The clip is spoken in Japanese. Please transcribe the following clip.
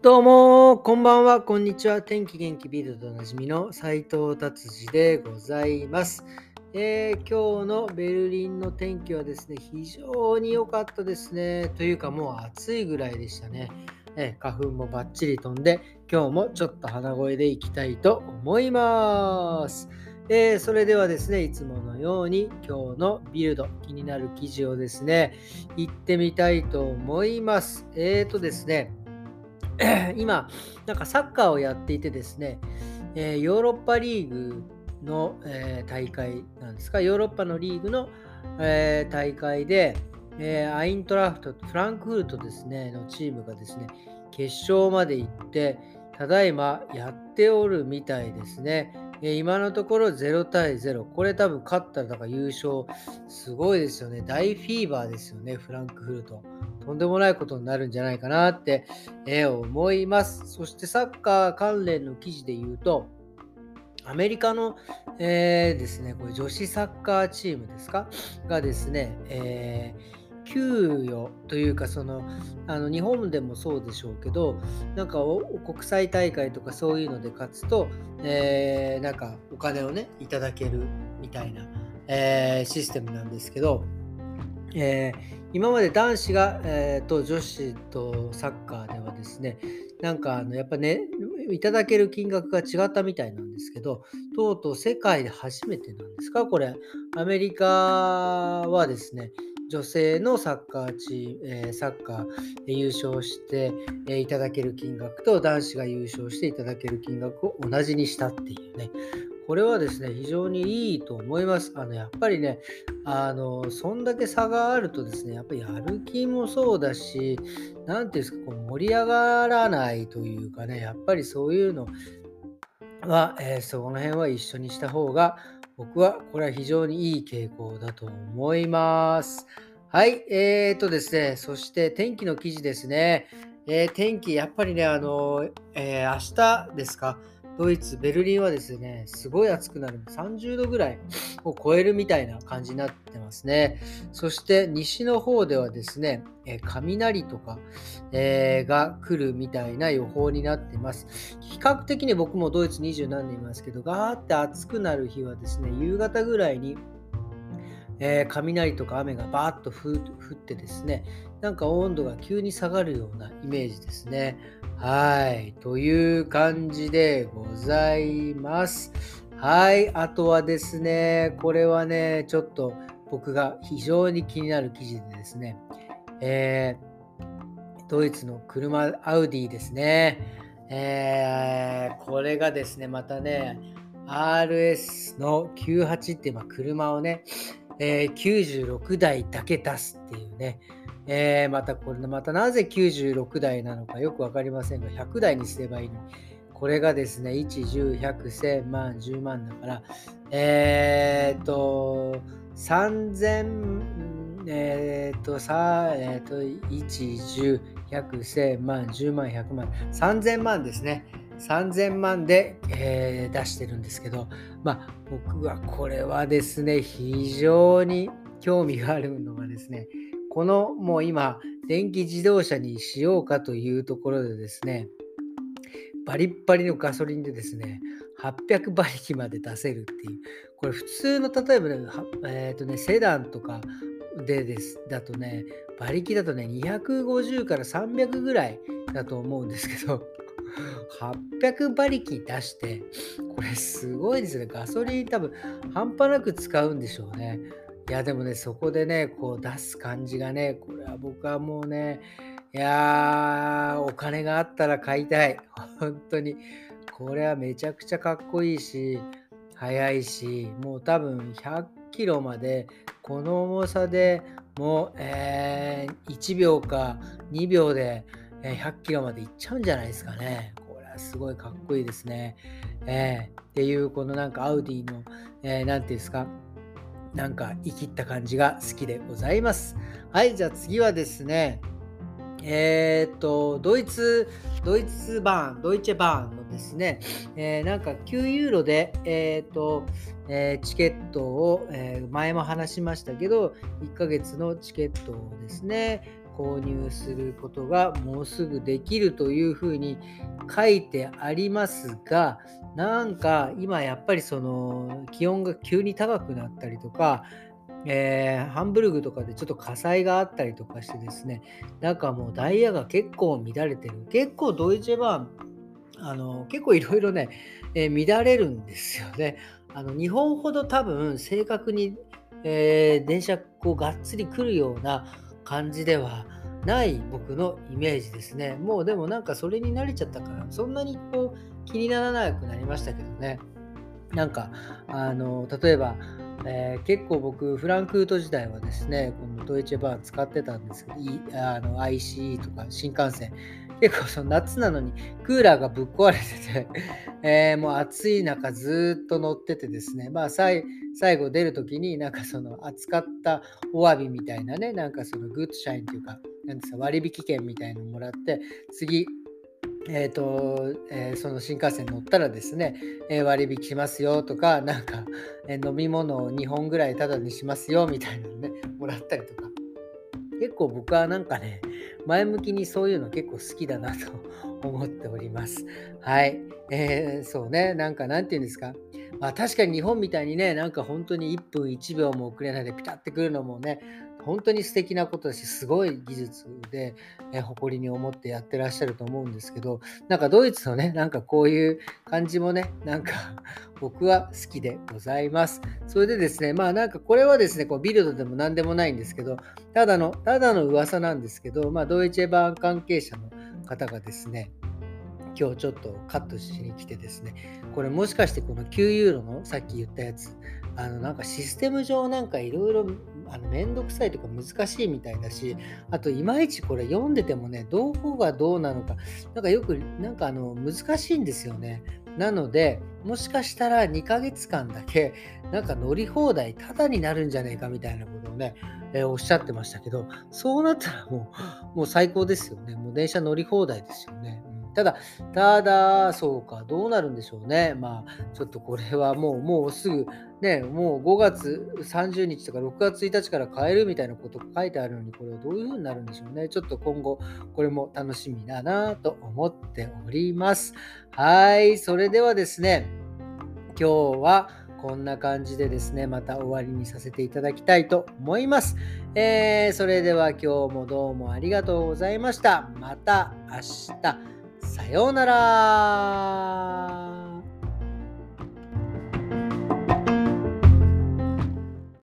どうも、こんばんは、こんにちは。天気元気ビルドでおなじみの斉藤達治でございます。今日のベルリンの天気はですね、非常に良かったですね。というかもう暑いぐらいでしたね。花粉もバッチリ飛んで、今日もちょっと鼻声でいきたいと思います。それではですね、いつものように今日のビルド、気になる記事をですね、行ってみたいと思います。ですね、今、なんかサッカーをやっていてですね、ヨーロッパリーグの、大会なんですか、ヨーロッパのリーグの、大会で、アイントラフトとフランクフルトですね、のチームがですね、決勝まで行って、ただいまやっておるみたいですね。今のところ0対0。これ多分勝ったらだから優勝。すごいですよね。大フィーバーですよね、フランクフルト。とんでもないことになるんじゃないかなって思います。そしてサッカー関連の記事で言うと、アメリカの、ですね、これ女子サッカーチームですかがですね、給与というか、日本でもそうでしょうけど、なんか国際大会とかそういうので勝つと、なんかお金をね、いただけるみたいな、システムなんですけど、今まで男子が、と女子とサッカーではですね、なんかやっぱね、いただける金額が違ったみたいなんですけど、とうとう世界で初めてなんですか、これ。アメリカはですね、女性のサッカーサッカー優勝して、いただける金額と男子が優勝していただける金額を同じにしたっていうね。これはですね、非常にいいと思います。やっぱりね、そんだけ差があるとですね、やっぱりやる気もそうだし、なんていうんですか、こう盛り上がらないというかね、やっぱりそういうのは、その辺は一緒にした方が、僕はこれは非常にいい傾向だと思います。はい、ですね、そして天気の記事ですね。天気、やっぱりね、明日ですか、ドイツ、ベルリンはですね、すごい暑くなる、30度ぐらいを超えるみたいな感じになってますね。そして西の方ではですね、雷とか、が来るみたいな予報になっています。比較的に僕もドイツ20何年いますけど、ガーって暑くなる日はですね、夕方ぐらいに、雷とか雨がバーッと降ってですね、なんか温度が急に下がるようなイメージですね。はい。という感じでございます。はい。あとはですね、これはね、ちょっと僕が非常に気になる記事でですね、えードイツの車、アウディですね。これがですね、またね、RS の98っていう、車をね、96台だけ出すっていうね。またこれ、またなぜ96台なのかよくわかりませんが、100台にすればいいのに。これがですね、1、10、100、1000万、10万だから、3000、1、10、100、1000万、10万、100万、3000万ですね。3000万で、出してるんですけど、僕はこれはですね、非常に興味があるのがですね、このもう今、電気自動車にしようかというところでですね、バリッバリのガソリンでですね、800馬力まで出せるっていう。これ普通の例えばね、セダンとかだとね、馬力だとね、250から300ぐらいだと思うんですけど、800馬力出して、これすごいですね。ガソリン多分半端なく使うんでしょうね。いや、でもね、そこでね、こう出す感じがね、これは僕はもうね、いやー、お金があったら買いたい。本当に。これはめちゃくちゃかっこいいし、速いし、もう多分100キロまで、この重さでもう、1秒か2秒で、100キロまで行っちゃうんじゃないですかね。これはすごいかっこいいですね。っていうこのなんかアウディの、なんていうんですか、なんか生きった感じが好きでございます。はい、じゃあ次はですね、ドイツバーンのですね、なんか9ユーロで、チケットを、前も話しましたけど、1ヶ月のチケットをですね、 購入することがもうすぐできるというふうに書いてありますが、なんか今やっぱりその気温が急に高くなったりとか、ハンブルグとかでちょっと火災があったりとかしてですね、なんかもうダイヤが結構乱れてる。結構ドイツェバーン、結構いろいろね、乱れるんですよね。日本ほど多分正確に、電車こうがっつり来るような感じではない僕のイメージですね。もうでもなんかそれに慣れちゃったから、そんなにこう気にならなくなりましたけどね。なんか、例えば、結構僕、フランクフルト時代はですね、このドイツェバーン使ってたんですけど、ICE とか新幹線、結構その夏なのにクーラーがぶっ壊れてて、もう暑い中ずっと乗っててですね、まあ、最後出る時になんかその扱ったお詫びみたいなね、なんかそのグッドシャインというか、なんですか、割引券みたいのもらって、次その新幹線乗ったらですね、割引しますよとか、なんか、飲み物を2本ぐらいタダにしますよみたいなのね、もらったりとか。結構僕はなんかね、前向きにそういうの結構好きだなと思っております。はい。そうね、なんかなんて言うんですか。まあ確かに日本みたいにね、なんか本当に1分1秒も遅れないでピタってくるのもね、本当に素敵なことだし、すごい技術で、誇りに思ってやってらっしゃると思うんですけど、なんかドイツのね、なんかこういう感じもね、なんか僕は好きでございます。それでですね、まあなんかこれはですね、こうビルドでも何でもないんですけど、ただの噂なんですけど、まあ、ドイツェバーン関係者の方がですね、今日ちょっとカットしに来てですね、これもしかしてこの9ユーロのさっき言ったやつ、なんかシステム上なんかいろいろめんどくさいとか難しいみたいだし、あといまいちこれ読んでてもね、どこがどうなのか、なんかよくなんか難しいんですよね。なので、もしかしたら2ヶ月間だけなんか乗り放題タダになるんじゃねえかみたいなことをね、おっしゃってましたけど、そうなったらもう最高ですよね。もう電車乗り放題ですよね。うん、ただ、そうか、どうなるんでしょうね。まあ、ちょっとこれはもうすぐ、ね、もう5月30日とか6月1日から買えるみたいなことが書いてあるのに、これはどういう風になるんでしょうね。ちょっと今後、これも楽しみだなと思っております。はい、それではですね、今日はこんな感じでですね、また終わりにさせていただきたいと思います。それでは今日もどうもありがとうございました。また明日。さようなら。